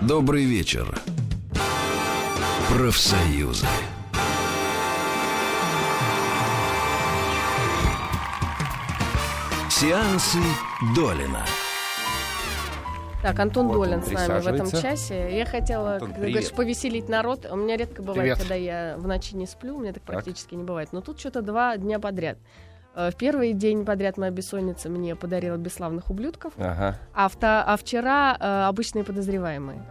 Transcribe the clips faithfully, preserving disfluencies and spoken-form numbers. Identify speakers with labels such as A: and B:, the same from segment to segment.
A: Добрый вечер. Профсоюзы. Сеансы Долина.
B: Так, Антон
C: Вот
B: Долин
C: он
B: с нами в этом
C: присаживается.
B: часе. Я хотела,
C: Антон,
B: как ты
C: привет.
B: говоришь, повеселить народ. У меня редко бывает,
D: Привет.
B: когда я в ночи не сплю, у меня так
C: Так.
B: практически не бывает. Но тут что-то два дня подряд. Э, В первый день подряд моя бессонница мне подарила «Бесславных ублюдков»,
C: Ага.
B: а, вта- а вчера э, «Обычные подозреваемые».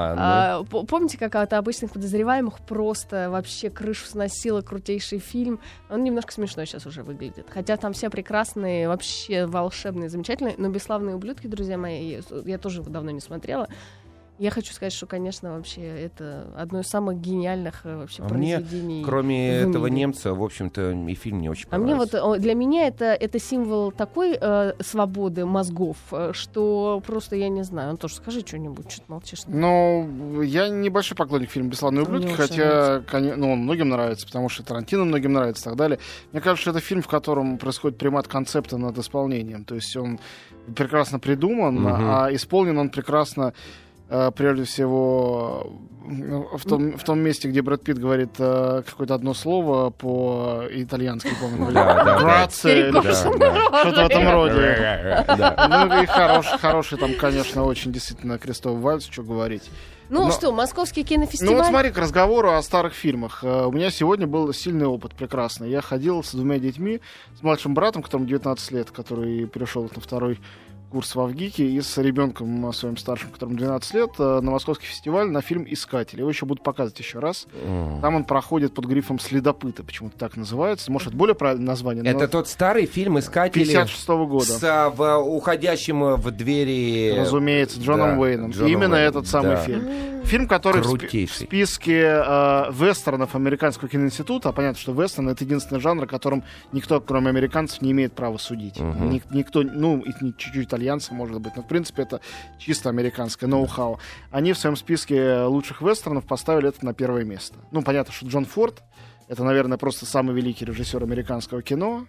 C: А,
B: А, п- помните, как-то «Обычных подозреваемых» просто вообще крышу сносило, крутейший фильм. Он немножко смешной сейчас уже выглядит. Хотя там все прекрасные, вообще волшебные, замечательные. Но «Бесславные ублюдки», друзья мои, я тоже его давно не смотрела. Я хочу сказать, что, конечно, вообще это одно из самых гениальных э, вообще
C: А мне,
B: произведений.
C: ну, кроме
B: в
C: этого
B: мире.
C: немца, в общем-то, и фильм не очень
B: А мне
C: понравился.
B: вот, о, для меня это, это символ такой э, свободы мозгов, э, что просто я не знаю. Антош, скажи что-нибудь, что ты молчишь?
D: Ну, я небольшой поклонник фильма «Бесславные ублюдки»,
B: Мне
D: хотя коне- ну, он многим нравится, потому что Тарантино многим нравится и так далее. Мне кажется, что это фильм, в котором происходит примат концепта над исполнением. То есть он прекрасно придуман,
C: Мгм.
D: а исполнен он прекрасно, э, прежде всего, ну, в том, в том месте, где Брэд Питт говорит э, какое-то одно слово по-итальянски, помню.
C: Да, да, да.
D: Грация или
B: Перекошенный
C: да,
B: рот.
D: что-то в этом роде.
C: Да.
D: Ну и хорош, хороший там, конечно, очень действительно крестовый вальс, что говорить.
B: Ну
D: Но-
B: что, Московский
D: Ну
B: кинофестиваль?
D: вот смотри, к разговору о старых фильмах. Э, У меня сегодня был сильный опыт прекрасный. Я ходил с двумя детьми, с младшим братом, которому девятнадцать лет, который перешел на второй курс в ВГИКе, и с ребенком э, своим старшим, которому двенадцать лет, э, на Московский фестиваль на фильм «Искатель». Его еще будут показывать еще раз.
C: М.
D: Там он проходит под грифом «Следопыта», почему-то так называется. Может, это более правильное название?
C: Это
D: но
C: тот старый фильм «Искатели»
D: пятьдесят шестого года.
C: с а, в, уходящим в двери...
D: Разумеется, Джоном
C: Да,
D: Уэйном.
C: Джоном
D: Именно
C: Уэйном,
D: этот самый
C: да.
D: фильм. Фильм, который в, спи- в
C: Крутейший.
D: списке э, вестернов Американского киноинститута, а понятно, что вестерн — это единственный жанр, о котором никто, кроме американцев, не имеет права судить.
C: Мгм.
D: Ник- никто, ну, и не- чуть-чуть итальянцев, может быть, но, в принципе, это чисто американское ноу-хау. Они в своем списке лучших вестернов поставили это на первое место. Ну, понятно, что Джон Форд — это, наверное, просто самый великий режиссер американского кино.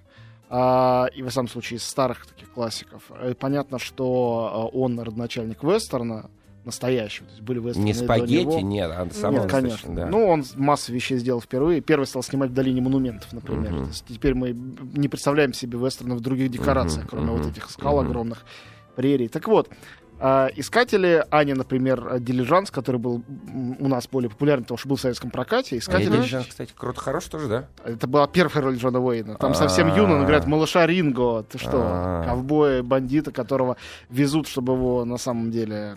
D: А, и, в самом случае, из старых таких классиков. И понятно, что а, он родоначальник вестерна, настоящего. То есть были вестерны
C: Не
D: до
C: спагетти,
D: него.
C: нет, а сам
D: Нет,
C: он
D: конечно.
C: достаточно, да.
D: Ну, он массу вещей сделал впервые. Первый стал снимать в «Долине монументов», например.
C: Мгм.
D: То есть теперь мы не представляем себе вестерны в других декорациях,
C: Мгм,
D: кроме
C: мгм,
D: вот этих скал
C: мгм.
D: огромных, прерий. Так вот, а, «Искатели», Аня, например, «Дилижанс», который был м, у нас более популярен, потому что был в советском прокате.
C: А
D: «Искатели»,
C: «Дилижанс», кстати, круто, хорош тоже, да?
D: это была первая роль Джона Уэйна. Там совсем
C: А-а-а.
D: юный, он играет малыша Ринго. Ты что?
C: А-а-а.
D: Ковбоя, бандита, которого везут, чтобы его на самом деле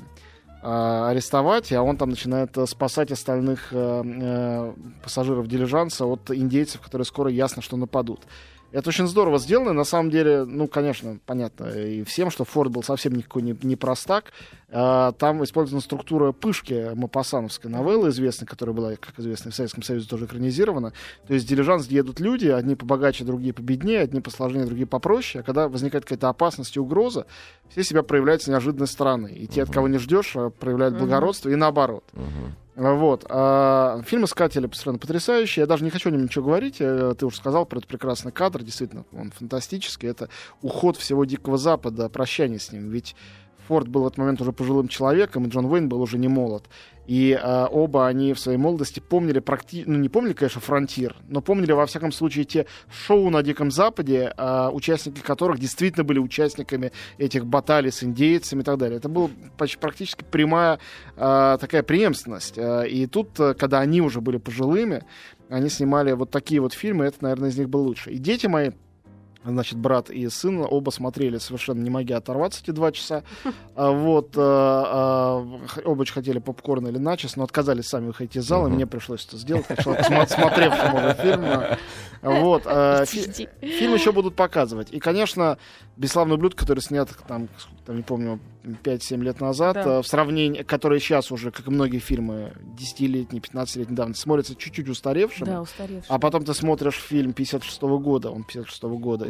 D: а, арестовать, а он там начинает э, спасать остальных э, э, пассажиров дилижанса от индейцев, которые скоро ясно, что нападут. Это очень здорово сделано. На самом деле, ну, конечно, понятно и всем, что Форд был совсем никакой не, не простак. А, там использована структура Пышки, мопассановской новеллы известной, которая была, как известно, в Советском Союзе тоже экранизирована. То есть в дилижанс едут люди, одни побогаче, другие победнее, одни посложнее, другие попроще. А когда возникает какая-то опасность и угроза, все себя проявляют с неожиданной стороны. И те, от кого не ждешь, а, проявляют благородство, и наоборот.
C: Мгм.
D: Вот. А, фильм «Искатели» совершенно потрясающий. Я даже не хочу о нем ничего говорить. Э, Ты уже сказал про этот прекрасный кадр. Действительно, он фантастический. Это уход всего Дикого Запада, прощание с ним. Ведь Форд был в этот момент уже пожилым человеком, и Джон Уэйн был уже не молод. И а, оба они в своей молодости помнили, практи... ну не помнили, конечно, «Фронтир», но помнили, во всяком случае, те шоу на Диком Западе, а, участники которых действительно были участниками этих баталий с индейцами и так далее. Это была почти практически прямая а, такая преемственность. А, и тут, а, когда они уже были пожилыми, они снимали вот такие вот фильмы, это, наверное, из них был лучше. И дети мои, значит, брат и сын, оба смотрели совершенно не могя оторваться эти два часа. А, вот, а, а, х- оба очень хотели попкорн или начос, но отказались сами выходить из зала, и мне пришлось это сделать, как человек, смо- смотревшему уже фильм. А, Вот, а, фи-
B: Жди.
D: фильм еще будут показывать. И, конечно, «Бесславный ублюдок», который снят, там, сколько там, не помню, пять-семь лет назад,
B: Да.
D: а, в сравнении, который сейчас уже, как и многие фильмы, десятилетние, пятнадцатилетней давности, смотрится чуть-чуть устаревшим.
B: Да, устаревший.
D: А потом ты смотришь фильм пятьдесят шестого года, он пятьдесят шестого года,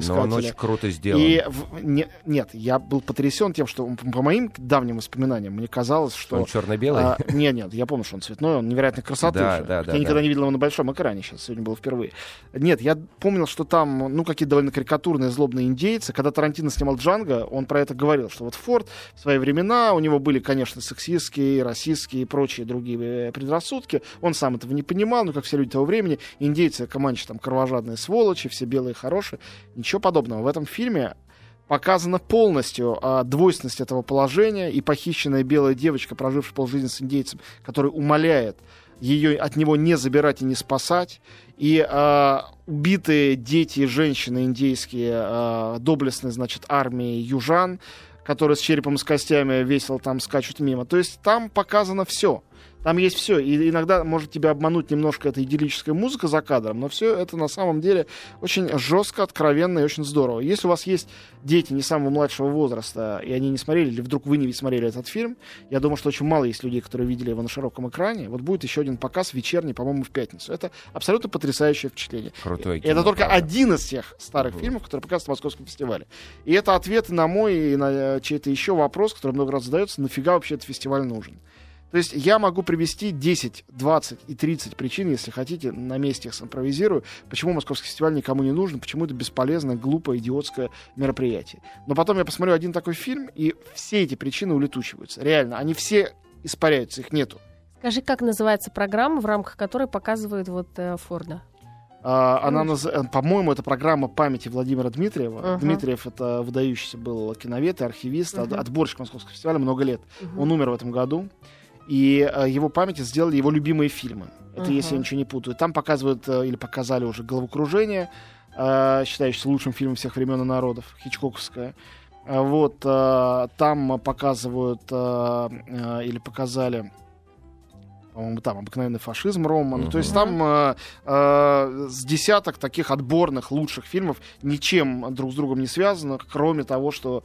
D: «Искателя».
C: он очень круто сделан.
D: И в- не- нет, я был потрясен тем, что м, по моим давним воспоминаниям мне казалось, что...
C: Он черно-белый?
D: а, нет, нет, я помню, что он цветной, он невероятной красоты.
C: Да,
D: же.
C: да, да,
D: Я никогда
C: да.
D: не видел его на большом экране, сейчас сегодня было впервые. Нет, я помнил, что там, ну, какие-то довольно карикатурные, злобные индейцы. Когда Тарантино снимал «Джанго», он про это говорил, что вот Форд в свои времена, у него были, конечно, сексистские, расистские и прочие другие э, предрассудки. Он сам этого не понимал, но, как все люди того времени, индейцы, команчи, там, кровожадные сволочи, все белые хорошие. Ничего подобного. В этом фильме показана полностью а, двойственность этого положения, и похищенная белая девочка, прожившая полжизни с индейцем, который умоляет ее от него не забирать и не спасать, и а, убитые дети и женщины индейские а, доблестной, значит, армии южан, которые с черепом и с костями весело там скачут мимо. То есть там показано все. Там есть все. И иногда может тебя обмануть немножко эта идиллическая музыка за кадром, но все это на самом деле очень жестко, откровенно и очень здорово. Если у вас есть дети не самого младшего возраста, и они не смотрели, или вдруг вы не смотрели этот фильм, я думаю, что очень мало есть людей, которые видели его на широком экране. Вот будет еще один показ вечерний, по-моему, в пятницу. Это абсолютно потрясающее впечатление.
C: Крутое
D: И
C: кино,
D: это только
C: правда.
D: один из тех старых
C: Мгм.
D: фильмов, которые показывают на Московском фестивале. И это ответы на мой и на чей-то еще вопрос, который много раз задается: нафига вообще этот фестиваль нужен? То есть я могу привести десять, двадцать и тридцать причин, если хотите, на месте их симпровизирую, почему Московский фестиваль никому не нужен, почему это бесполезное, глупое, идиотское мероприятие. Но потом я посмотрю один такой фильм, и все эти причины улетучиваются. Реально, они все испаряются, их нету.
B: Скажи, как называется программа, в рамках которой показывают вот э, Форда?
D: А, Она, наз- э, по-моему, это программа памяти Владимира Дмитриева.
B: Ага.
D: Дмитриев — это выдающийся был киновед и архивист,
B: Мгм.
D: от- отборщик Московского фестиваля много лет.
B: Мгм.
D: Он умер в этом году. И э, его памяти сделали его любимые фильмы. Это,
B: Ага.
D: если я ничего не путаю. Там показывают, э, или показали уже «Головокружение», э, считающееся лучшим фильмом всех времен и народов, хичкоковское. А Вот, э, там показывают, э, э, или показали, по-моему, там «Обыкновенный фашизм» Романа.
C: Мгм.
D: То есть там э, э, с десяток таких отборных лучших фильмов, ничем друг с другом не связанных, кроме того, что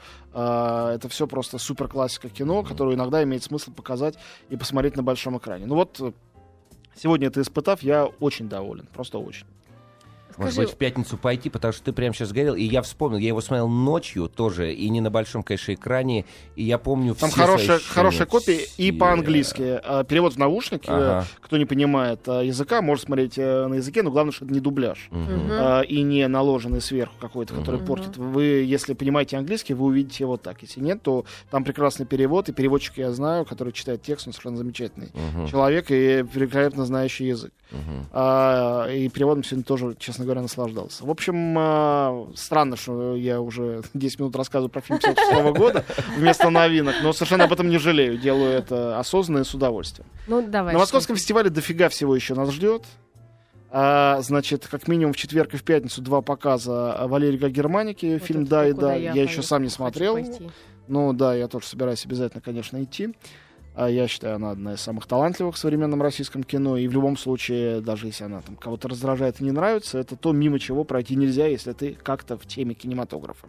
D: э, это все просто суперклассика кино, которую иногда имеет смысл показать и посмотреть на большом экране. Ну вот, э, сегодня это испытав, я очень доволен, просто очень.
C: Может
B: Скажи,
C: быть, в пятницу пойти, потому что ты прямо сейчас говорил, и я вспомнил, я его смотрел ночью тоже, и не на большом, конечно, экране, и я помню
D: Там
C: все
D: хорошая,
C: свои ощущения.
D: хорошая копия и
C: Все.
D: по-английски. Э, Перевод в наушники.
C: Ага.
D: Э, Кто не понимает э, языка, может смотреть э, на языке, но главное, что это не дубляж.
C: Мгм.
B: Мгм.
D: э, и не наложенный сверху какой-то, который
C: Мгм.
D: портит. Вы, если понимаете английский, вы увидите его так. Если нет, то там прекрасный перевод, и переводчик я знаю, который читает текст, он совершенно замечательный
C: Мгм.
D: человек и великолепно знающий язык.
C: Мгм.
D: А, и переводом сегодня тоже, честно говоря, наслаждался. В общем, а, странно, что я уже десять минут рассказываю про фильм пятьдесят шестого года вместо новинок, но совершенно об этом не жалею. Делаю это осознанно и с удовольствием.
B: ну давай.
D: На Московском фестивале дофига всего еще нас ждет. А, значит, как минимум в четверг и в пятницу два показа Валерия Германики,
B: Вот
D: фильм
B: это
D: «Да
B: то,
D: и
B: куда
D: да».
B: я
D: Я еще
B: поеду.
D: сам не
B: Хочу
D: смотрел.
B: пойти.
D: Ну да, я тоже собираюсь обязательно, конечно, идти. А я считаю, она одна из самых талантливых в современном российском кино. И в любом случае, даже если она там кого-то раздражает и не нравится, это то, мимо чего пройти нельзя, если ты как-то в теме кинематографа.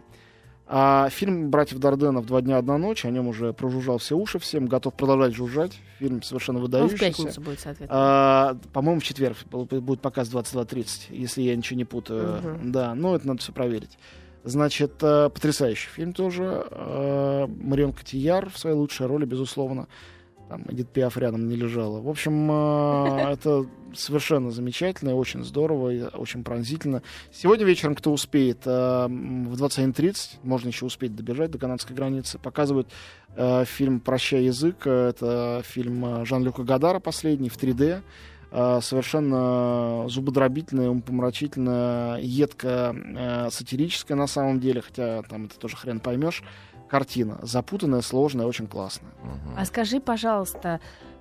D: А фильм «Братьев Дарденов. Два дня, одна ночь», о нем уже прожужжал все уши всем, готов продолжать жужжать. Фильм совершенно
B: Ну, в
D: выдающийся.
B: пятницу будет, соответственно.
D: А, по-моему, в четверг был- будет показ двадцать два тридцать, если я ничего не путаю.
B: Мгм.
D: Да, ну это надо все проверить. Значит, э, потрясающий фильм тоже. Э, Марион Котийяр в своей лучшей роли, безусловно. Там Эдит Пиаф рядом не лежала. В общем, э, это совершенно замечательно, и очень здорово, и очень пронзительно. Сегодня вечером, кто успеет, э, в двадцать один тридцать, можно еще успеть добежать до канадской границы, показывают э, фильм «Прощай, язык». Это фильм э, Жан-Люка Годара, последний, в три дэ. Э, совершенно зубодробительная, умопомрачительная, едко э, сатирическая на самом деле, хотя там это тоже хрен поймешь. Картина запутанная, сложная, очень классная.
C: Мгм.
B: А скажи, пожалуйста,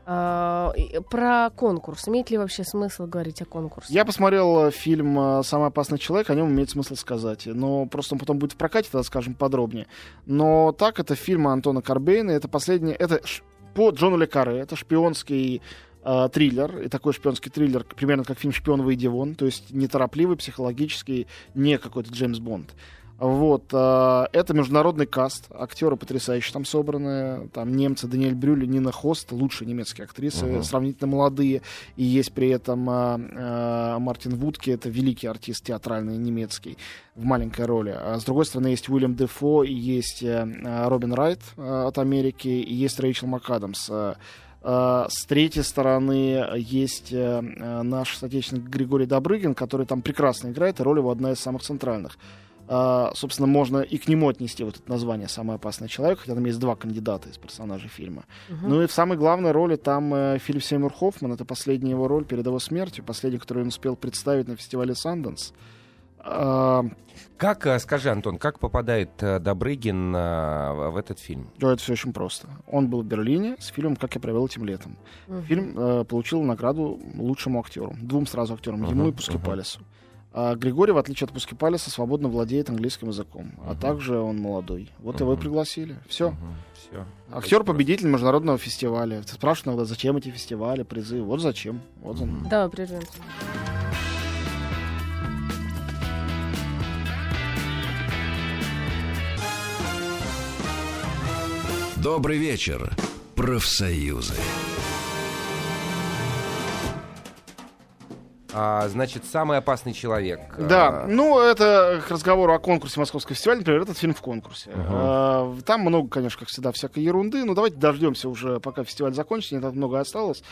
B: э, и- про конкурс. Имеет ли вообще смысл говорить о конкурсе?
D: Я посмотрел э, фильм э, «Самый опасный человек», о нем имеет смысл сказать. Но просто он потом будет в прокате, тогда скажем подробнее. Но так, это фильм Антона Корбейна, это последний, это ш- по Джону Ле Карре, это шпионский э, триллер, и такой шпионский триллер, примерно как фильм «Шпион, выйди вон», то есть неторопливый, психологический, не какой-то Джеймс Бонд. Вот, э, это международный каст, актеры потрясающие там собраны, там немцы Даниэль Брюль, Нина Хост, лучшие немецкие актрисы, uh-huh. сравнительно молодые, и есть при этом э, э, Мартин Вудке, это великий артист театральный немецкий, в маленькой роли. А с другой стороны есть Уильям Дефо, и есть э, Робин Райт э, от Америки, и есть Рэйчел МакАдамс. Э, э, с третьей стороны есть э, наш соотечественник Григорий Добрыгин, который там прекрасно играет, и роль его одна из самых центральных. Uh, собственно, можно и к нему отнести вот это название «Самый опасный человек», хотя там есть два кандидата из персонажей фильма. Uh-huh. Ну и в самой главной роли там uh, Филипп Сеймур Хоффман. Это последняя его роль перед его смертью, последняя, которую он успел представить на фестивале «Санденс». Uh,
C: как, скажи, Антон, как попадает Добрыгин uh, в этот фильм?
D: Да, это все очень просто. Он был в Берлине с фильмом «Как я провел этим летом». Uh-huh. Фильм uh, получил награду лучшему актеру. Двум сразу актерам, uh-huh. ему и Пускипалису. Uh-huh. А Григорий, в отличие от Пускипалиса, свободно владеет английским языком. Uh-huh. А также он молодой. Вот uh-huh. его и пригласили. Все. Uh-huh. Все. Актер-победитель международного фестиваля. Ты спрашиваешь иногда, зачем эти фестивали, призы? Вот зачем. Вот он.
B: Да, прервемся.
A: Добрый вечер, профсоюзы.
C: А, значит, «Самый опасный человек».
D: Да, ну это к разговору о конкурсе Московского фестиваля, например, этот фильм в конкурсе. Uh-huh. А, там много, конечно, как всегда, всякой ерунды, но давайте дождемся уже, пока фестиваль закончится, не так много осталось.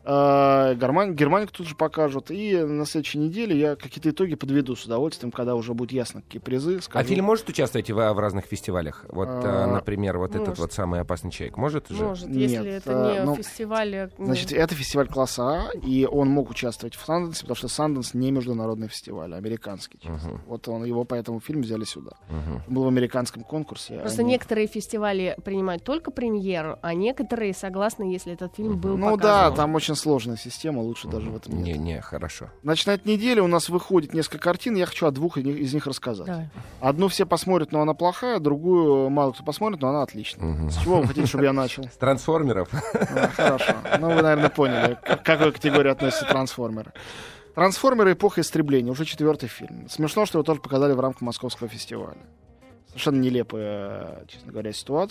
D: А, Герман, Германику тут же покажут, и на следующей неделе я какие-то итоги подведу с удовольствием, когда уже будет ясно, какие призы. Скажу.
C: А фильм может участвовать в, в разных фестивалях? Вот, а, например, вот
B: может.
C: этот вот «Самый опасный человек». Может же?
B: Может, если
D: Нет,
B: это не
D: ну,
B: фестиваль...
D: Значит, это фестиваль класса А, и он мог участвовать в Санденсе, потому что Санденс не международный фестиваль, а американский. Uh-huh. Вот он, его поэтому фильм взяли сюда. Uh-huh. Он был в американском конкурсе.
B: Просто
D: они...
B: некоторые фестивали принимают только премьеру, а некоторые согласны, если этот фильм uh-huh. был
D: Ну
B: показан.
D: да, там очень сложная система, лучше uh-huh. даже в этом нет.
C: Не-не, хорошо.
D: Значит, на этой неделе у нас выходит несколько картин, я хочу о двух из них, из них рассказать.
B: Давай.
D: Одну все посмотрят, но она плохая, другую мало кто посмотрит, но она отличная. Uh-huh. С чего вы хотите, чтобы я начал?
C: С «Трансформеров».
D: Хорошо. Ну, вы, наверное, поняли, к какой категории относятся «Трансформеры». «Трансформеры. Эпоха истребления». Уже четвертый фильм. Смешно, что его тоже показали в рамках Московского фестиваля. Совершенно нелепая, честно говоря,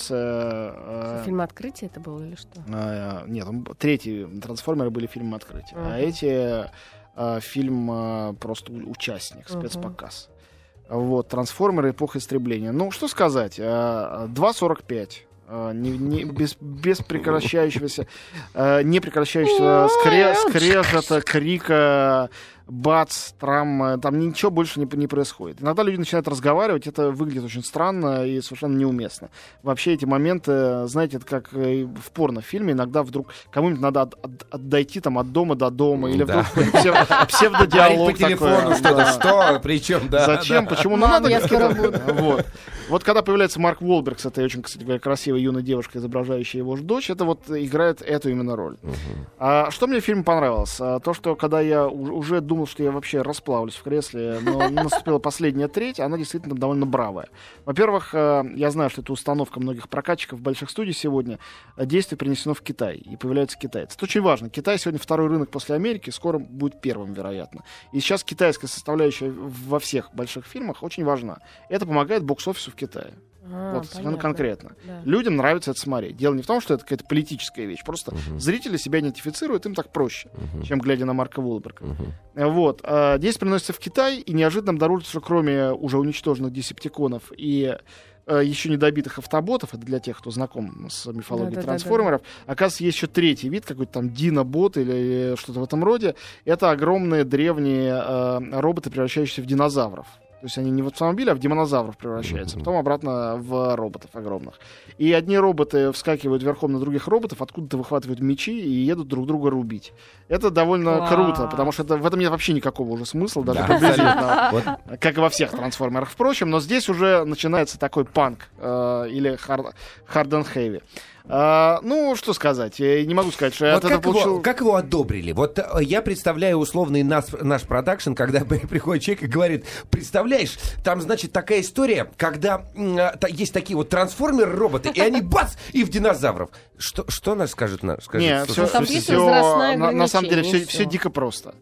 D: ситуация.
B: Фильм «Открытие» это был или что?
D: А, нет, третий «Трансформеры» были фильмом «Открытие». Uh-huh. А эти а, фильм а, просто участник, спецпоказ. Uh-huh. Вот, «Трансформеры. Эпоха истребления». Ну, что сказать. А, два сорок пять. Не, не, без, без прекращающегося, э, не прекращающегося скре, скрежета, крика, бац, травм, там ничего больше не, не происходит. Иногда люди начинают разговаривать, это выглядит очень странно и совершенно неуместно. Вообще эти моменты, знаете, это как в порнофильме, иногда вдруг кому-нибудь надо от, от, отдойти там от дома до дома, или
C: да.
D: вдруг псев, псевдодиалог
C: по телефону
D: такой.
C: Что-то,
D: да.
C: что, причем, да.
D: Зачем,
C: да.
D: почему? Ну,
B: Мам,
D: надо
B: я скоро буду.
D: Вот. Вот когда появляется Марк Уолберг с этой очень, кстати говоря, красивой юной девушкой, изображающей его дочь, это вот играет эту именно роль. Uh-huh. А, что мне в фильме понравилось? А, то, что когда я у- уже думал, что я вообще расплавлюсь в кресле, но наступила последняя треть, она действительно довольно бравая. Во-первых, я знаю, что это установка многих прокатчиков больших студий сегодня. Действие перенесено в Китай, и появляются китайцы. Это очень важно. Китай сегодня второй рынок после Америки, скоро будет первым, вероятно. И сейчас китайская составляющая во всех больших фильмах очень важна. Это помогает бокс-офису в Китае.
B: А,
D: вот, совершенно конкретно.
B: Да.
D: Людям нравится это смотреть. Дело не в том, что это какая-то политическая вещь. Просто
C: uh-huh.
D: зрители себя идентифицируют, им так проще,
C: uh-huh.
D: чем глядя на Марка Уолберга.
C: Uh-huh.
D: Вот. А, действие приносится в Китай, и неожиданно обнаружится, что кроме уже уничтоженных десептиконов и а, еще недобитых автоботов, это для тех, кто знаком с мифологией
B: Да-да-да-да.
D: трансформеров, оказывается, есть еще третий вид, какой-то там динобот или что-то в этом роде. Это огромные древние а, роботы, превращающиеся в динозавров. То есть они не в автомобили, а в динозавров превращаются. Потом обратно в роботов огромных. И одни роботы вскакивают верхом на других роботов, откуда-то выхватывают мечи и едут друг друга рубить. Это довольно
B: Класс.
D: круто, потому что это, в этом нет вообще никакого уже смысла, даже
C: Да,
D: приблизительно.
C: Вот.
D: Как и во всех трансформерах, впрочем. Но здесь уже начинается такой панк э, или hard, hard and heavy. А, ну, что сказать, я не могу сказать, что я
C: Вот
D: от этого
C: как,
D: получил...
C: его, как его одобрили? Вот э, я представляю условный нас, наш продакшн, когда приходит человек и говорит, представляешь, там, значит, такая история, когда э, та, есть такие вот трансформеры-роботы, и они бац, и в динозавров. Что, что нас скажет? Скажет,
D: Не,
C: слушай,
D: все,
B: Там
D: все,
B: есть возрастное
D: на, на самом деле все,
B: ограничение,
D: все
B: всё.
D: дико просто.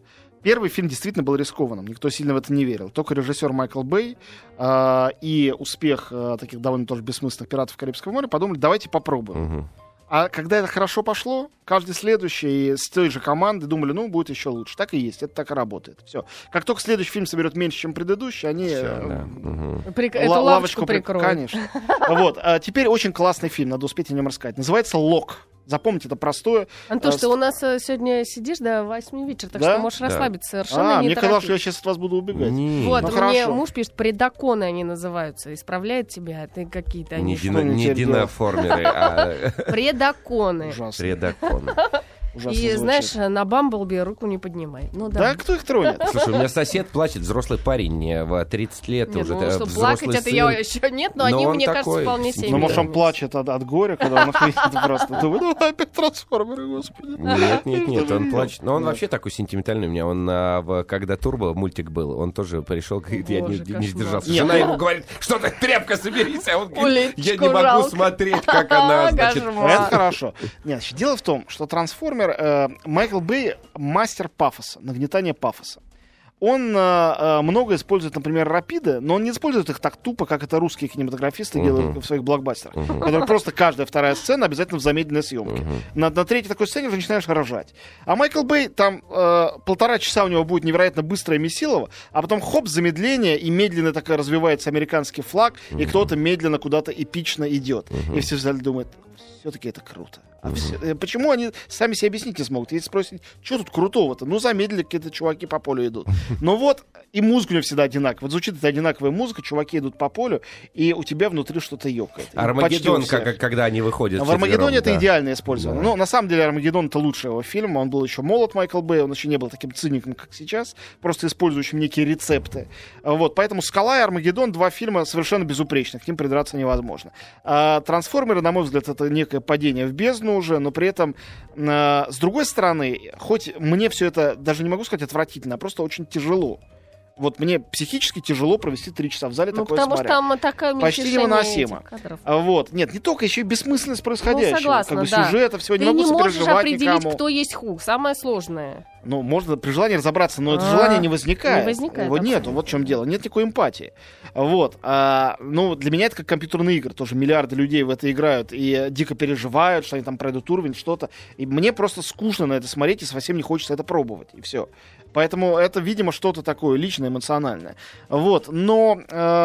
D: Первый фильм действительно был рискованным, никто сильно в это не верил. Только режиссер Майкл Бэй э, и успех э, таких довольно тоже бессмысленных «Пиратов Карибского моря» подумали, давайте попробуем.
C: Угу.
D: А когда это хорошо пошло, каждый следующий с той же командой думали, ну, будет еще лучше. Так и есть, это так и работает. Все. Как только следующий фильм соберет меньше, чем предыдущий, они
C: Всё,
D: э,
C: да. Угу.
B: Прик...
D: ла-
B: Эту лавочку
D: лавочку при-
B: прикроют.
D: Конечно. Вот. А теперь очень классный фильм, надо успеть о нем рассказать. Называется «Лок». Запомните, это простое.
B: Антош,
D: э,
B: ты у нас э, сегодня сидишь до восьми вечера, так
D: Да?
B: что можешь
C: Да.
B: расслабиться совершенно
D: А,
B: не
D: мне казалось,
B: торопись.
D: что я сейчас от вас буду убегать.
C: Не,
B: Вот,
D: Ну,
B: мне
D: хорошо.
B: муж пишет, предаконы они называются, исправляет тебя, а ты какие-то
C: не,
B: они...
C: дина-
D: мне
C: не
D: теперь делать?
C: диноформеры, а
B: Предаконы.
D: Ужасно.
C: редакон.
D: Ужасно
B: И,
D: звучит.
B: знаешь, на Бамблби руку не поднимай. Ну да.
D: Да, кто их тронет?
C: Слушай, у меня сосед плачет, взрослый парень, не, в тридцать лет
B: Не,
C: уже.
B: ну,
C: э,
B: что,
C: взрослый
B: плакать это
C: сын.
B: я еще нет, но,
C: Но
B: они,
C: он
B: мне
C: такой,
B: кажется, вполне
C: ну,
B: себе.
D: Ну, может, он
B: имеют.
D: плачет от, от горя, когда он их видит просто. Думает, ну, опять трансформеры, господи.
C: Нет, нет, нет, он
D: Нет.
C: плачет. Но он
D: Нет.
C: вообще такой сентиментальный у меня. Он, а, в- когда Турбо мультик был, он тоже пришел, говорит, я не,
B: Боже,
C: не
B: кошмар.
C: сдержался.
D: Нет,
C: Жена
D: ну-
C: ему говорит, что ты, тряпка, соберись. А он говорит, я
B: Улиточку
C: не могу
B: жалко.
C: смотреть, как она, значит...
B: Кошмар.
D: Это хорошо. Нет, значит, дело в том, что трансформер э, Майкл Бэй мастер пафоса, нагнетания пафоса. Он э, э, много использует, например, рапиды, но он не использует их так тупо, как это русские кинематографисты
C: Мгм.
D: делают в своих блокбастерах.
C: Мгм.
D: Которые просто каждая вторая сцена обязательно в замедленной съемке.
C: Мгм.
D: На, на третьей такой сцене уже начинаешь ржать. А Майкл Бэй, там э, полтора часа у него будет невероятно быстрое месилово, а потом хоп, замедление, и медленно такая развивается американский флаг, и кто-то медленно куда-то эпично идет. И все в зале думают, все-таки это круто. А все- э, почему они сами себе объяснить не смогут? Если спросить, что тут крутого-то? Ну, замедлили, какие-то чуваки по полю идут. Но вот и музыка у него всегда одинаковая. Вот звучит эта одинаковая музыка, чуваки идут по полю, и у тебя внутри что-то ёкает. И почти
C: Армагеддон,
D: у всех.
C: как- когда они выходят
D: В «Армагеддоне» это
C: вчетвером, да.
D: идеальное использование.
C: Да.
D: Ну, на самом деле, «Армагеддон» — это лучший его фильм. Он был еще молод, Майкл Бэй, он еще не был таким циником, как сейчас, просто использующим некие рецепты. Вот, поэтому «Скала» и «Армагеддон» — два фильма совершенно безупречных, к ним придраться невозможно. А «Трансформеры», на мой взгляд, это некое падение в бездну уже, но при этом, а, с другой стороны, хоть мне все это, даже не могу сказать отвратительно, а просто очень тяжело. Вот мне психически тяжело провести три часа в зале
B: Ну,
D: такое
B: потому что
D: смотря.
B: там такая
D: Почти
B: мельтешение
D: невыносимо.
B: этих кадров.
D: А Вот. Нет, не только, еще и бессмысленность происходящего.
B: Ну, согласна,
D: как бы
B: да.
D: сюжета, всего, не
B: Ты
D: могу
B: не можешь
D: сопереживать
B: определить,
D: никому.
B: кто есть Хук. Самое сложное.
D: Ну, можно при желании разобраться, но это
B: А,
D: желание не возникает.
B: не возникает,
D: Его нету,
B: абсолютно.
D: вот в чем дело. Нет никакой эмпатии. Вот. А, ну, для меня это как компьютерные игры. Тоже миллиарды людей в это играют и дико переживают, что они там пройдут уровень, что-то. И мне просто скучно на это смотреть, и совсем не хочется это пробовать. И все. Поэтому это, видимо, что-то такое личное, эмоциональное. Вот. Но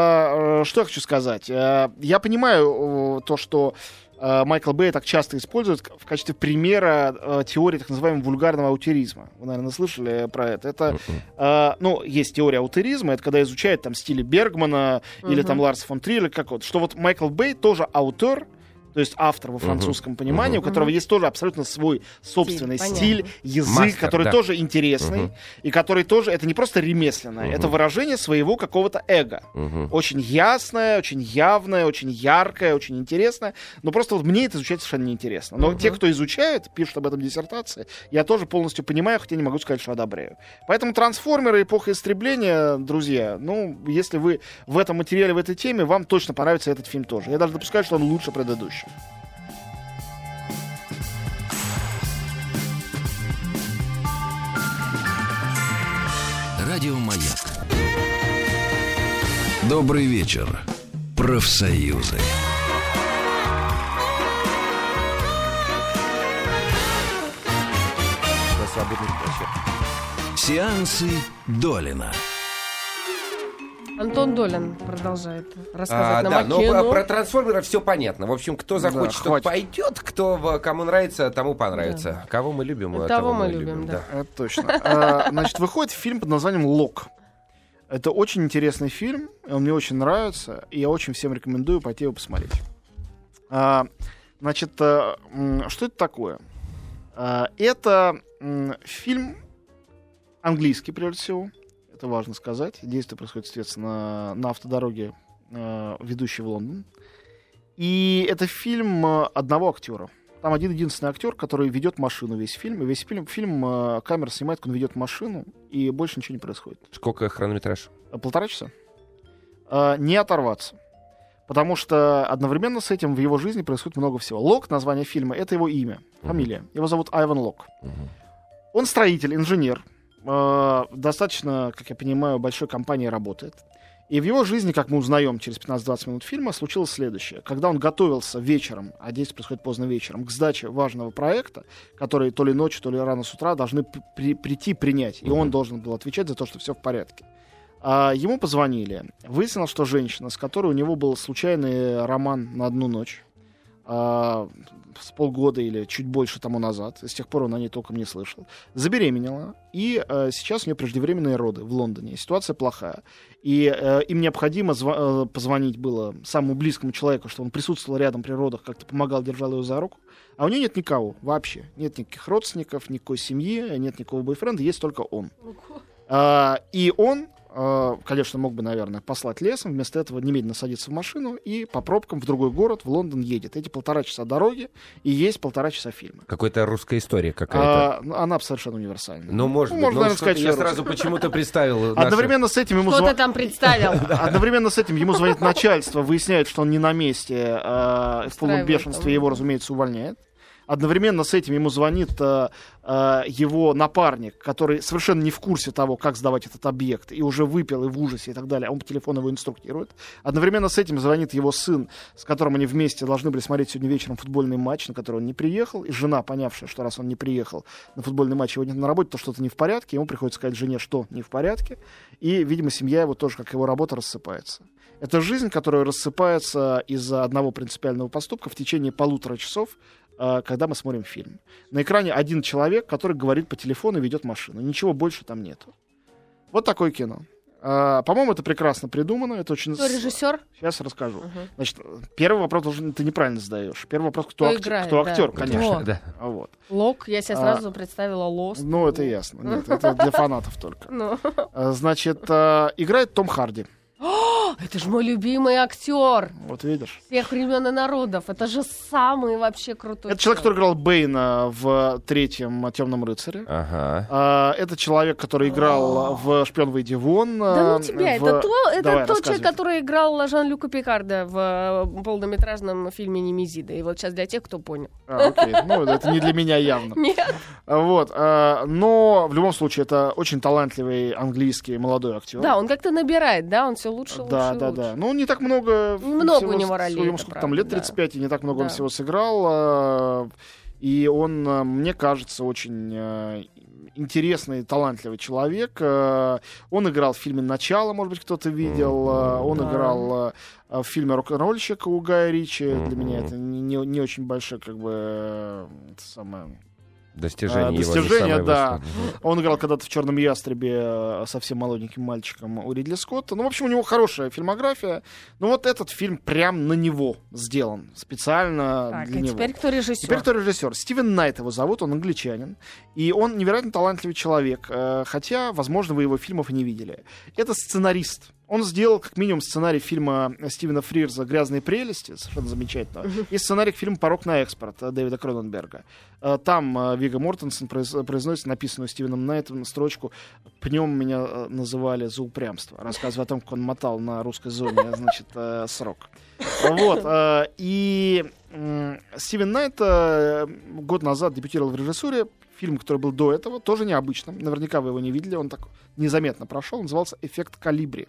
D: э, что я хочу сказать. Э, я понимаю э, то, что э, Майкл Бэй так часто использует в качестве примера э, теории так называемого вульгарного аутизма. Вы, наверное, слышали про это. Это, э, ну, есть теория аутизма, это когда изучают там стили Бергмана или
B: Мгм.
D: там Ларса фон Триера, как вот, что вот Майкл Бэй тоже автор, то есть автор во французском понимании, у которого
B: Мгм.
D: есть тоже абсолютно свой собственный
B: Стиль,
D: стиль,
B: понятно.
D: язык,
C: Мастер,
D: который
C: да.
D: тоже интересный,
C: Мгм.
D: и который тоже, это не просто ремесленное,
C: Мгм.
D: это выражение своего какого-то эго.
C: Мгм.
D: Очень ясное, очень явное, очень яркое, очень интересное. Но просто вот мне это изучать совершенно неинтересно. Но
B: Мгм.
D: те, кто изучает, пишут об этом диссертации, я тоже полностью понимаю, хотя не могу сказать, что одобряю. Поэтому «Трансформеры. Эпоха истребления», друзья, ну, если вы в этом материале, в этой теме, вам точно понравится этот фильм тоже. Я даже допускаю, что он лучше предыдущего.
A: Радио «Маяк». Добрый вечер, профсоюзы.
C: За свободный вечер.
A: Сеансы Долина.
B: Антон Долин продолжает
C: А,
B: рассказывать
C: да,
B: нам о
C: но
B: кино.
C: про, про трансформеров все понятно. В общем, кто захочет,
D: Да,
C: тот
D: хватит.
C: пойдет, кто в- кому нравится, тому понравится. Кого мы любим,
B: Того
C: того
B: мы
C: мы
B: любим, да.
D: Это точно. А, Значит, выходит фильм под названием «Лок». Это очень интересный фильм, он мне очень нравится, и я очень всем рекомендую пойти его посмотреть. А, Значит, а, м, что это такое? А, Это м, фильм английский, прежде всего, это важно сказать. Действие происходит, соответственно, на автодороге, а, ведущей в Лондон. И это фильм а, одного актера. Там один единственный актер, который ведет машину весь фильм. И весь фильм, фильм э, камера снимает, как он ведет машину, и больше ничего не происходит.
C: Сколько хронометраж?
D: А Полтора часа. Э, не оторваться. Потому что одновременно с этим в его жизни происходит много всего. Лок, название фильма, это его имя, фамилия. Его зовут Айван Лок.
C: Мгм.
D: Он строитель, инженер. э, достаточно, как я понимаю, большой компании работает. И в его жизни, как мы узнаем через пятнадцать-двадцать минут фильма, случилось следующее. Когда он готовился вечером, а действие происходит поздно вечером, к сдаче важного проекта, который то ли ночью, то ли рано с утра должны при- прийти принять, и он должен был отвечать за то, что все в порядке. А ему позвонили. Выяснилось, что женщина, с которой у него был случайный роман на одну ночь, а, с полгода или чуть больше тому назад, с тех пор он о ней толком не слышал, забеременела, и а, сейчас у нее преждевременные роды в Лондоне. Ситуация плохая. И а, им необходимо зв- позвонить было самому близкому человеку, чтобы он присутствовал рядом при родах, как-то помогал, держал ее за руку. А у нее нет никого вообще. Нет никаких родственников, никакой семьи, нет никакого бойфренда, есть только он. А, и он, конечно, мог бы, наверное, послать лесом, вместо этого немедленно садится в машину и по пробкам в другой город, в Лондон едет. Эти полтора часа дороги и есть полтора часа фильма.
C: Какая-то русская история какая-то.
D: А, она совершенно универсальная.
C: Ну, может быть.
D: Можно,
C: Ну,
D: наверное, сказать,
C: я
D: что
C: сразу почему-то представил.
D: Одновременно с этим ему
B: Что
D: зв-
B: ты там представил?
D: Одновременно с этим ему звонит начальство, выясняет, что он не на месте, а, в полном
B: Устраивает
D: бешенстве
B: там.
D: его, разумеется, увольняет. Одновременно с этим ему звонит э, э, его напарник, который совершенно не в курсе того, как сдавать этот объект, и уже выпил, и в ужасе, и так далее. Он по телефону его инструктирует. Одновременно с этим звонит его сын, с которым они вместе должны были смотреть сегодня вечером футбольный матч, на который он не приехал. И жена, понявшая, что раз он не приехал на футбольный матч, его нет на работе, то что-то не в порядке. Ему приходится сказать жене, что не в порядке. И, видимо, семья его тоже, как его работа, рассыпается. Это жизнь, которая рассыпается из-за одного принципиального поступка в течение полутора часов, когда мы смотрим фильм. На экране один человек, который говорит по телефону и ведет машину. Ничего больше там нету. Вот такое кино. А, по-моему, это прекрасно придумано. Это очень...
B: Кто режиссер?
D: Сейчас расскажу.
B: Угу.
D: Значит, первый вопрос должен... ты неправильно задаешь. Первый вопрос, кто,
B: Кто
D: акте-
B: играет,
D: кто
B: да.
D: актер,
B: Кто?
D: конечно.
C: Да.
D: А вот.
B: Лок, я себе
D: А,
B: сразу представила Лост.
D: Ну, это ясно. Нет, это для фанатов только.
B: Ну.
D: А, Значит, а, играет Том Харди.
B: Это же мой любимый актер
D: Вот видишь.
B: всех времен и народов. Это же самый вообще крутой.
D: Это человек, который играл Бэйна в третьем «Темном рыцаре».
C: Ага.
D: А, это человек, который играл в «Шпион, выйди вон».
B: Да ну тебя,
D: в-
B: это, то, это
D: Давай,
B: тот
D: рассказывай.
B: человек, который играл Жан-Люка Пикарда в э, полнометражном фильме «Немезида». И вот сейчас для тех, кто понял.
D: А, окей. Ну, это не для меня явно.
B: Нет.
D: Вот. а, Но в любом случае это очень талантливый английский молодой актер.
B: Да, он как-то набирает, да, он все лучше, лучше,
D: Да, да,
B: лучше.
D: да. Ну, не так много.
B: Много
D: всего
B: у него
D: с-
B: ролей,
D: ему
B: это
D: сколько
B: правда,
D: там, лет
B: да.
D: тридцать пять, и не так много он
B: Да.
D: всего сыграл. а, И он, а, мне кажется, очень а, интересный, талантливый человек. А, Он играл в фильме «Начало», может быть, кто-то видел. А, Он
B: Да.
D: играл а, в фильме «Рок-н-ролльщик» у Гая Ричи. Для
C: Мгм.
D: меня это не, не- не очень большое, как бы, э, это самое...
C: Достижение
D: А,
C: его не
D: достижение,
C: самое
D: да.
C: высокое.
D: Он играл когда-то в «Черном ястребе» э, совсем молоденьким мальчиком у Ридли Скотта. Ну, в общем, у него хорошая фильмография. Но вот этот фильм прям на него сделан. Специально
B: Так,
D: для
B: и
D: него.
B: теперь кто режиссер?
D: Теперь кто режиссер? Стивен Найт его зовут, он англичанин. И он невероятно талантливый человек. э, Хотя, возможно, вы его фильмов и не видели. Это сценарист. Он сделал, как минимум, сценарий фильма Стивена Фрирза «Грязные прелести», совершенно замечательно, и сценарий к фильму «Порок на экспорт» Дэвида Кроненберга. Э, Там э, Вигго Мортенсен произ- произносит написанную Стивеном Найтом строчку «Пнем меня э, называли за упрямство», рассказывая о том, как он мотал на русской зоне, значит, э, срок. Вот. э, И м, Стивен Найт э, год назад дебютировал в режиссуре. Фильм, который был до этого, тоже необычным. Наверняка вы его не видели, он так незаметно прошел. Он назывался «Эффект Колибри».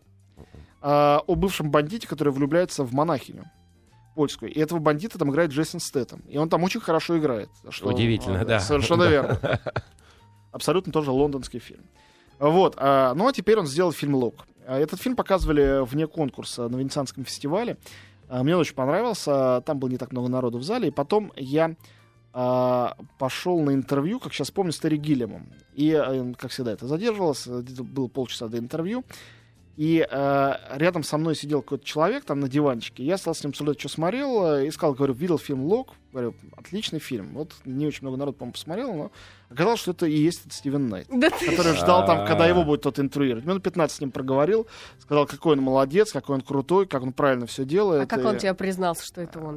D: А, о бывшем бандите, который влюбляется в монахиню польскую. И этого бандита там играет Джейсон Стэттем. И он там очень хорошо играет. Что,
C: Удивительно,
D: а,
C: да.
D: Совершенно верно. Абсолютно тоже лондонский фильм. Вот. а, Ну, а теперь он сделал фильм «Лок». А, Этот фильм показывали вне конкурса на Венецианском фестивале. А, Мне он очень понравился. Там было не так много народу в зале. И потом я а, пошел на интервью, как сейчас помню, с Терри Гиллиамом. И, а, как всегда, это задерживалось. Где-то было полчаса до интервью. И э, рядом со мной сидел какой-то человек там на диванчике. Я стал с ним обсуждать, что смотрел. э, И сказал, говорю, видел фильм «Лок». Говорю, отличный фильм. Вот не очень много народу, по-моему, посмотрел, но оказалось, что это и есть этот Стивен Найт,
B: Да ты-
D: который ждал там, когда его будет кто-то интервьюировать. Минут пятнадцать с ним проговорил, сказал, какой он молодец, какой он крутой, как он правильно все делает.
B: А как
D: И-
B: он тебе признался, что это он?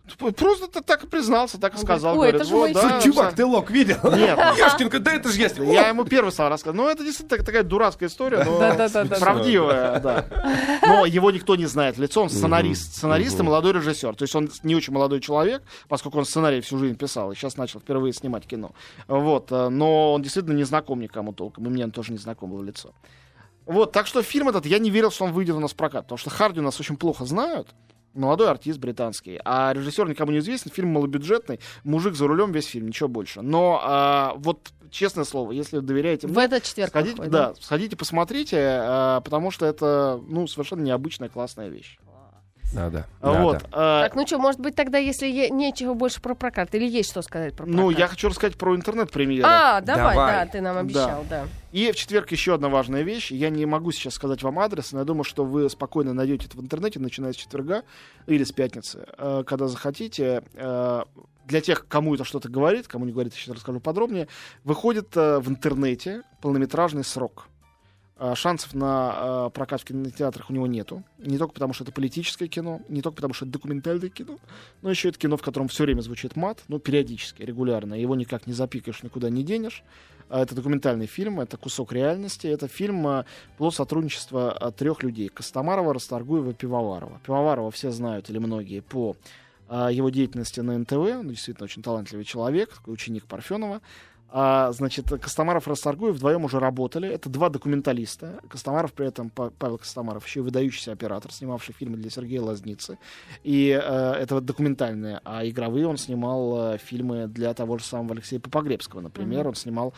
D: Просто ты так и признался, так и
B: Он
D: сказал.
B: говорит,
D: Говорит,
B: «Ой, это же
D: вот,
B: мой
D: да,
C: Слушай, чувак, ты лог видел?
D: Нет.
C: Яшкинка, да это же ясно.
D: Я ему первый стал рассказывать. Ну, это действительно такая дурацкая история, но
B: Да-да-да-да.
D: правдивая, да. Но его никто не знает в лицо, он сценарист. Сценарист и молодой режиссер. То есть он не очень молодой человек, поскольку он сценарий всю жизнь писал, и сейчас начал впервые снимать кино. Вот. Но он действительно не знаком никому толком, и мне он тоже не знаком был в лицо. Вот, так что фильм этот, я не верил, что он выйдет у нас в прокат, потому что Харди у нас очень плохо знают. Молодой артист британский. А режиссер никому не известен. Фильм малобюджетный. Мужик за рулем весь фильм. Ничего больше. Но а, вот, честное слово, если доверяете мне...
B: В этот четверг
D: сходите,
B: выходит,
D: да, сходите, посмотрите, а, потому что это, ну, совершенно необычная, классная вещь.
C: Надо.
D: Вот. а,
B: Так, ну что, может быть, тогда, если е- нечего больше про прокат, или есть что сказать про прокат?
D: ну, я хочу рассказать про интернет-премьеру.
B: А, давай,
C: Давай.
B: да, ты нам обещал, да.
D: И в четверг еще одна важная вещь. Я не могу сейчас сказать вам адрес, но я думаю, что вы спокойно найдете это в интернете, начиная с четверга или с пятницы, э, когда захотите. Э, Для тех, кому это что-то говорит, кому не говорит, я сейчас расскажу подробнее. Выходит э, в интернете полнометражный «Срок». Э, шансов на э, прокат в кинотеатрах у него нету. Не только потому, что это политическое кино, не только потому, что это документальное кино, но еще это кино, в котором все время звучит мат, ну, периодически, регулярно. Его никак не запикаешь, никуда не денешь. Это документальный фильм, это кусок реальности. Это фильм плод сотрудничества трех людей: Костомарова, Расторгуева, Пивоварова. Пивоварова все знают, или многие, по его деятельности на эн тэ вэ. Он действительно очень талантливый человек, такой ученик Парфенова. А, значит, Костомаров и Расторгуев вдвоем уже работали. Это два документалиста. Костомаров при этом, Павел Костомаров, еще и выдающийся оператор, снимавший фильмы для Сергея Лазницы. И э, это вот документальные. А игровые он снимал э, фильмы для того же самого Алексея Попогребского, например. Mm-hmm. Он снимал,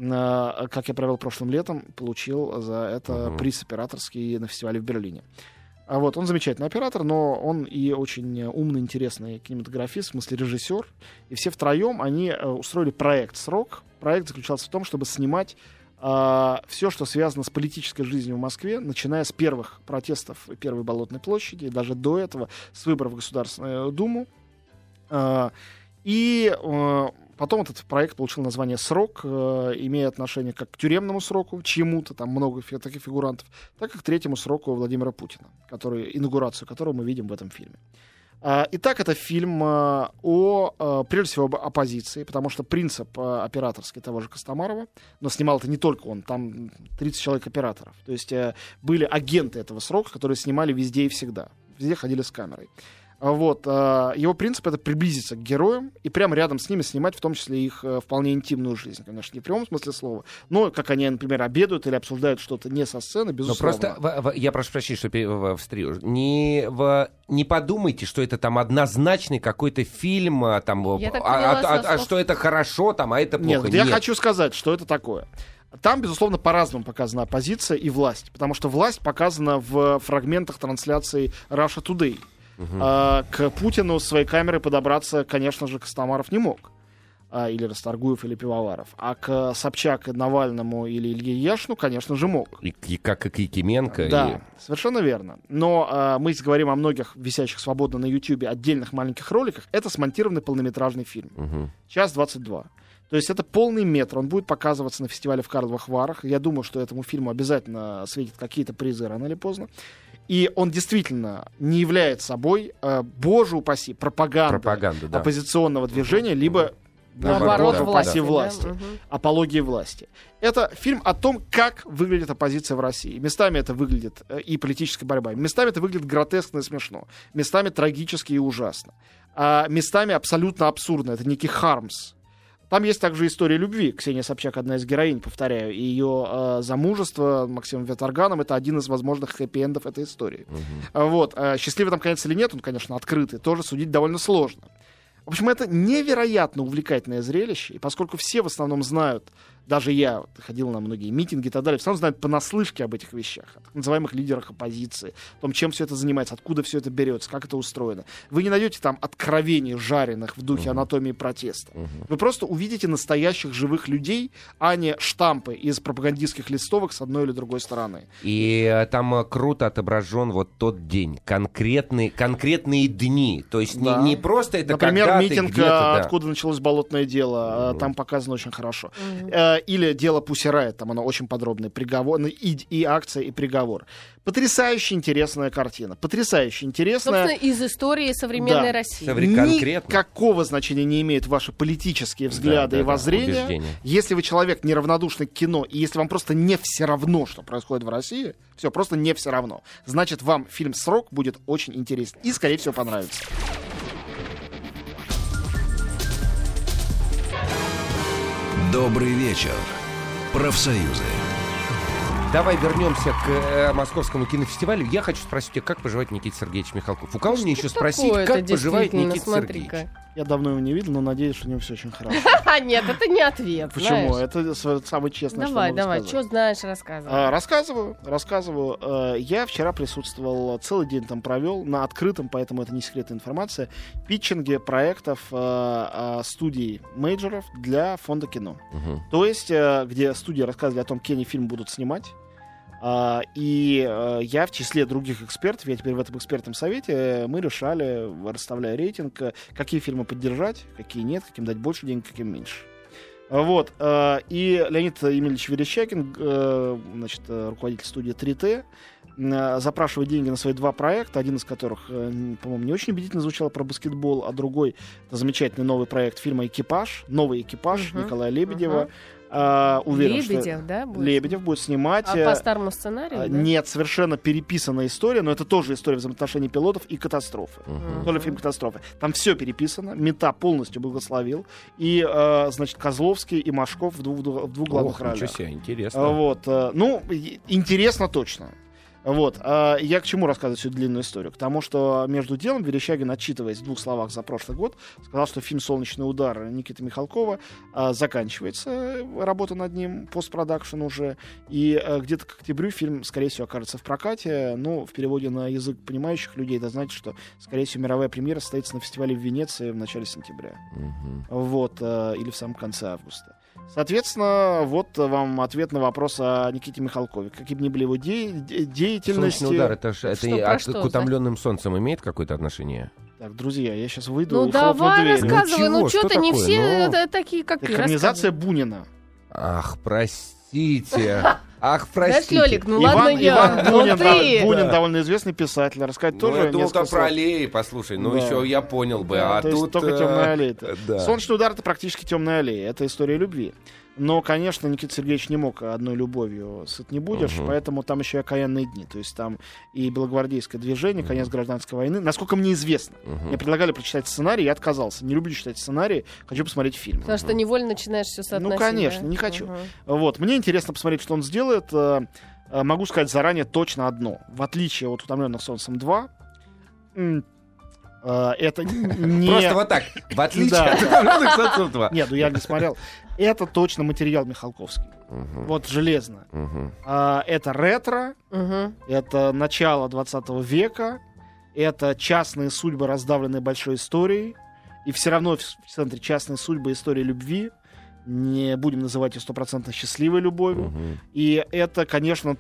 D: э, как я провел прошлым летом, получил за это mm-hmm. приз операторский на фестивале в Берлине. А вот, он замечательный оператор, но он и очень умный, интересный кинематографист, в смысле режиссер. И все втроем они э, устроили проект «Срок». Проект заключался в том, чтобы снимать э, все, что связано с политической жизнью в Москве, начиная с первых протестов Первой Болотной площади, и даже до этого, с выборов в Государственную Думу. Э, и э, потом этот проект получил название «Срок», э, имея отношение как к тюремному сроку, чьему-то, там много фи- таких фигурантов, так и к третьему сроку Владимира Путина, который, инаугурацию которого мы видим в этом фильме. Э, итак, это фильм э, о, э, прежде всего, об оппозиции, потому что принцип э, операторский того же Костомарова, но снимал это не только он, там тридцать человек операторов. То есть э, были агенты этого срока, которые снимали везде и всегда. Везде ходили с камерой. Вот, э, его принцип — это приблизиться к героям и прямо рядом с ними снимать, в том числе их э, вполне интимную жизнь, конечно, не в прямом смысле слова, но как они, например, обедают или обсуждают что-то не со сцены, безусловно.
C: Но просто, в, в, я прошу прощения, что в, в, в, не, в, не подумайте, что это там однозначный какой-то фильм, а, там, а,
B: поняла,
C: а, а, а что это хорошо, там, а это плохо.
D: Нет, я Нет. хочу сказать, что это такое. Там, безусловно, по-разному показана оппозиция и власть, потому что власть показана в фрагментах трансляции Russia Today. Uh-huh. А, к Путину с своей камерой подобраться, конечно же, Костомаров не мог. А, или Расторгуев, или Пивоваров. А к Собчак, Навальному или Илье Яшину, конечно же, мог.
C: И, и как и Якименко.
D: Да,
C: и...
D: совершенно верно. Но а, мы говорим о многих висящих свободно на Ютьюбе отдельных маленьких роликах. Это смонтированный полнометражный фильм. Uh-huh. Час двадцать два. То есть это полный метр. Он будет показываться на фестивале в Карловых Варах. Я думаю, что этому фильму обязательно светят какие-то призы рано или поздно. И он действительно не является собой, э, боже упаси, пропаганды
C: Пропаганда, да.
D: оппозиционного движения, либо,
B: наоборот,
D: боже упаси, власти,
B: да? Угу.
D: апологии власти. Это фильм о том, как выглядит оппозиция в России. Местами это выглядит э, и политическая борьба. Местами это выглядит гротескно и смешно. Местами трагически и ужасно. А местами абсолютно абсурдно. Это некий Хармс. Там есть также история любви. Ксения Собчак — одна из героинь, повторяю. И ее э, замужество Максимом Виторганом — это один из возможных хэппи-эндов этой истории. Uh-huh. Вот. Э, счастливый там конец или нет, он, конечно, открытый. Тоже судить довольно сложно. В общем, это невероятно увлекательное зрелище. И поскольку все в основном знают, даже я ходил на многие митинги и так далее, все равно знают понаслышке об этих вещах, о так называемых лидерах оппозиции, о том, чем все это занимается, откуда все это берется, как это устроено. Вы не найдете там откровений жареных в духе uh-huh. анатомии протеста. Uh-huh. Вы просто увидите настоящих живых людей, а не штампы из пропагандистских листовок с одной или другой стороны.
C: И э, там круто отображен вот тот день, конкретные, конкретные дни. То есть да. не, не просто это
D: Например,
C: когда
D: митинг,
C: ты где-то,
D: откуда
C: да.
D: началось болотное дело, uh-huh. там показано очень хорошо. Uh-huh. или «Дело Пусси Райт», там оно очень подробное, приговор, и, и акция, и приговор. Потрясающе интересная картина. Потрясающе интересная.
B: Собственно, из истории современной
D: Да.
B: России.
C: Совре- конкретно.
D: Никакого значения не имеют ваши политические взгляды
C: Да, да,
D: и
C: да,
D: воззрения.
C: убеждения.
D: Если вы человек неравнодушный к кино, и если вам просто не все равно, что происходит в России, все, просто не все равно, значит, вам фильм «Срок» будет очень интересен и, скорее всего, понравится.
A: Добрый вечер, профсоюзы.
C: Давай вернемся к э, Московскому кинофестивалю. Я хочу спросить тебя, как поживает Никита Сергеевич Михалков? У кого мне еще спросить,
B: Такое-то
C: как поживает
B: действительно,
C: Никита
B: смотри-ка.
C: Сергеевич?
D: Я давно его не видел, но надеюсь, что у него все очень хорошо.
B: А нет, это не ответ.
D: Почему?
B: знаешь.
D: Это с- самое честное,
B: Давай,
D: что
B: давай,
D: я могу
B: что
D: сказать.
B: знаешь, рассказывай.
D: А, Рассказываю, рассказываю. Э, Я вчера присутствовал, целый день там провел, на открытом, поэтому это не секретная информация, питчинге проектов э, э, студий мейджоров для фонда кино.
C: Мгм.
D: То есть, э, где студии рассказывали о том, какие они фильм будут снимать. А, и э, я в числе других экспертов, я теперь в этом экспертном совете, э, мы решали, расставляя рейтинг, э, какие фильмы поддержать, какие нет, каким дать больше денег, каким меньше. Вот. э, И Леонид Емельевич Верещагин, э, значит, э, руководитель студии три тэ, э, запрашивает деньги на свои два проекта, один из которых, э, н- по-моему, не очень убедительно звучал, про баскетбол, а другой — это замечательный новый проект фильма «Экипаж», новый «Экипаж»
B: Мгм.
D: Николая Лебедева.
B: Мгм.
D: Э, уверен, что
B: Лебедев, да? будет?
D: Лебедев будет снимать.
B: А
D: э,
B: по старому сценарию,
D: а,
B: да?
D: Нет, совершенно переписанная история, но это тоже история взаимоотношений пилотов и катастрофы.
C: Мгм.
D: Тоже фильм «Катастрофы». Там все переписано, Мета полностью благословил. И, э, значит, Козловский и Машков в двух, в двух главных
C: Ох,
D: ролях.
C: ничего себе,
D: А,
C: интересно.
D: Вот, э, ну, и- интересно точно. Вот. а Я к чему рассказываю всю длинную историю? К тому, что между делом Верещагин, отчитываясь в двух словах за прошлый год, сказал, что фильм «Солнечный удар» Никиты Михалкова а, заканчивается, э, работа над ним, постпродакшн уже, и э, где-то к октябрю фильм, скорее всего, окажется в прокате. Ну, в переводе на язык понимающих людей, это значит, что, скорее всего, мировая премьера состоится на фестивале в Венеции в начале сентября.
C: Мгм.
D: Вот, э, или в самом конце августа. Соответственно, вот вам ответ на вопрос о Никите Михалкове. Какие бы ни были его де- де- деятельности...
C: Солнечный удар, это, ж- это
B: Что,
C: и
B: про
C: от-
B: что,
C: к утомленным солнцем имеет какое-то отношение?
D: Так, друзья, я сейчас выйду
B: Ну
D: и хлопну
B: давай,
D: дверью.
B: рассказывай,
C: Ну
B: ну
C: чего,
B: что-то
C: что
B: не
C: такое?
B: все
C: Ну,
B: это такие, как ты.
D: Экранизация
B: рассказывай.
D: Бунина.
C: Ах, простите. Ах,
B: Знаешь,
C: простите.
B: Лёлик, ну ладно
D: Иван,
B: я,
D: Иван
B: но
D: Бунин,
B: ты...
D: да, Бунин
C: Да.
D: довольно известный писатель. Рассказать
C: Ну,
D: тоже
C: я думал,
D: несколько
C: там про
D: слов.
C: аллеи, послушай, ну
D: Да.
C: еще я понял бы,
D: Да,
C: а
D: то есть
C: тут...
D: только
C: э,
D: темная аллея.
C: да.
D: Солнечный удар — это практически темная аллея. Это история любви. Но, конечно, Никита Сергеевич не мог одной любовью сыт не будешь,
C: Мгм.
D: поэтому там еще и окаянные дни. То есть там и белогвардейское движение, конец гражданской войны. Насколько мне известно.
C: Мгм.
D: Мне предлагали прочитать сценарий, я отказался. Не люблю читать сценарий, хочу посмотреть фильм.
B: Потому что невольно начинаешь все соотносить.
D: Ну, конечно,
B: да?
D: не хочу.
B: Мгм.
D: Вот. Мне интересно посмотреть, что он сделает. Э, э, Могу сказать заранее точно одно. В отличие от «Утомленных солнцем два», м, э, это не...
C: Просто вот так, в отличие
D: Да.
C: от «Утомленных солнцем два».
D: Нет, ну я не смотрел. Это точно материал Михалковский.
C: Мгм.
D: Вот железно.
C: Мгм.
D: А, Это ретро,
B: Мгм.
D: это начало двадцатого века, это частные судьбы, раздавленные большой историей. И все равно в в центре частные судьбы, истории любви. Не будем называть ее стопроцентно счастливой любовью.
C: Мгм.
D: И это, конечно,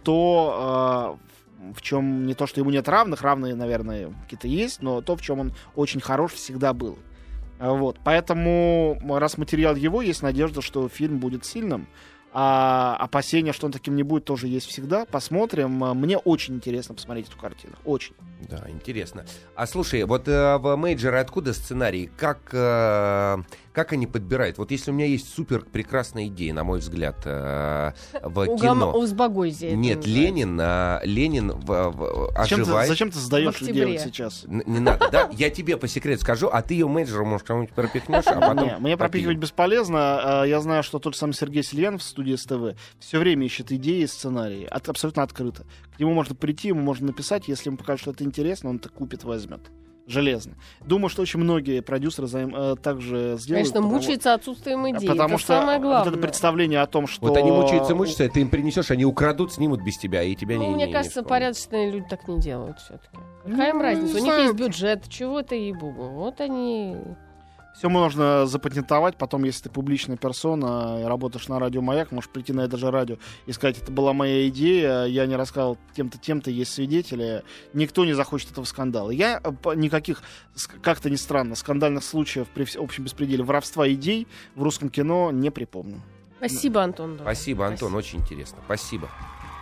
D: то, э, в чем не то, что ему нет равных, равные, наверное, какие-то есть, но то, в чем он очень хорош всегда был. А Вот. Поэтому, раз материал его, есть надежда, что фильм будет сильным. А опасения, что он таким не будет, тоже есть всегда. Посмотрим. Мне очень интересно посмотреть эту картину. Очень.
C: Да, интересно. А слушай, вот э, в мейджоре откуда сценарий? Как, э, как они подбирают? Вот если у меня есть супер прекрасная идея, на мой взгляд, э, в
B: У,
C: кино.
B: Гам... у Сбагойзи. это
C: Нет,
B: называется.
C: Ленин, а, Ленин в- в-
D: Зачем ты,
C: оживает.
D: зачем ты сдаешь
B: В
D: идею
B: октябре.
D: вот сейчас?
C: Н- Не надо, да? Я тебе по секрету скажу, а ты ее менеджеру, может, кому-нибудь пропихнешь, а потом...
D: Не, мне пропихивать бесполезно. А, Я знаю, что тот же самый Сергей Сельянов в студии СТВ все время ищет идеи и сценарии. От- абсолютно открыто. К нему можно прийти, ему можно написать. Если ему покажут, что это интересно, он это купит, возьмет. Железно. Думаю, что очень многие продюсеры заим- э, также сделают.
B: Конечно,
D: потому-
B: мучается отсутствием идей.
D: Потому
B: это
D: что
B: самое главное.
D: вот это представление о том, что...
C: Вот они мучаются, мучаются, а ты им принесешь, они украдут, снимут без тебя, и тебя не...
B: Ну,
C: не-
B: мне
C: не
B: кажется,
C: вспомнят.
B: порядочные люди так не делают все-таки. Какая им
D: Ну,
B: разница?
D: не
B: У них
D: знаю.
B: есть бюджет, чего это ей-богу. Вот они...
D: Все можно запатентовать, потом, если ты публичная персона и работаешь на радио «Маяк», можешь прийти на это же радио и сказать, это была моя идея, я не рассказал тем-то, тем-то, есть свидетели, никто не захочет этого скандала. Я э, по- никаких, ск- как-то ни странно, скандальных случаев при вс- общем беспределе воровства идей в русском кино не припомню.
B: Спасибо, Антон. Да.
C: Спасибо, Антон, очень интересно. Спасибо.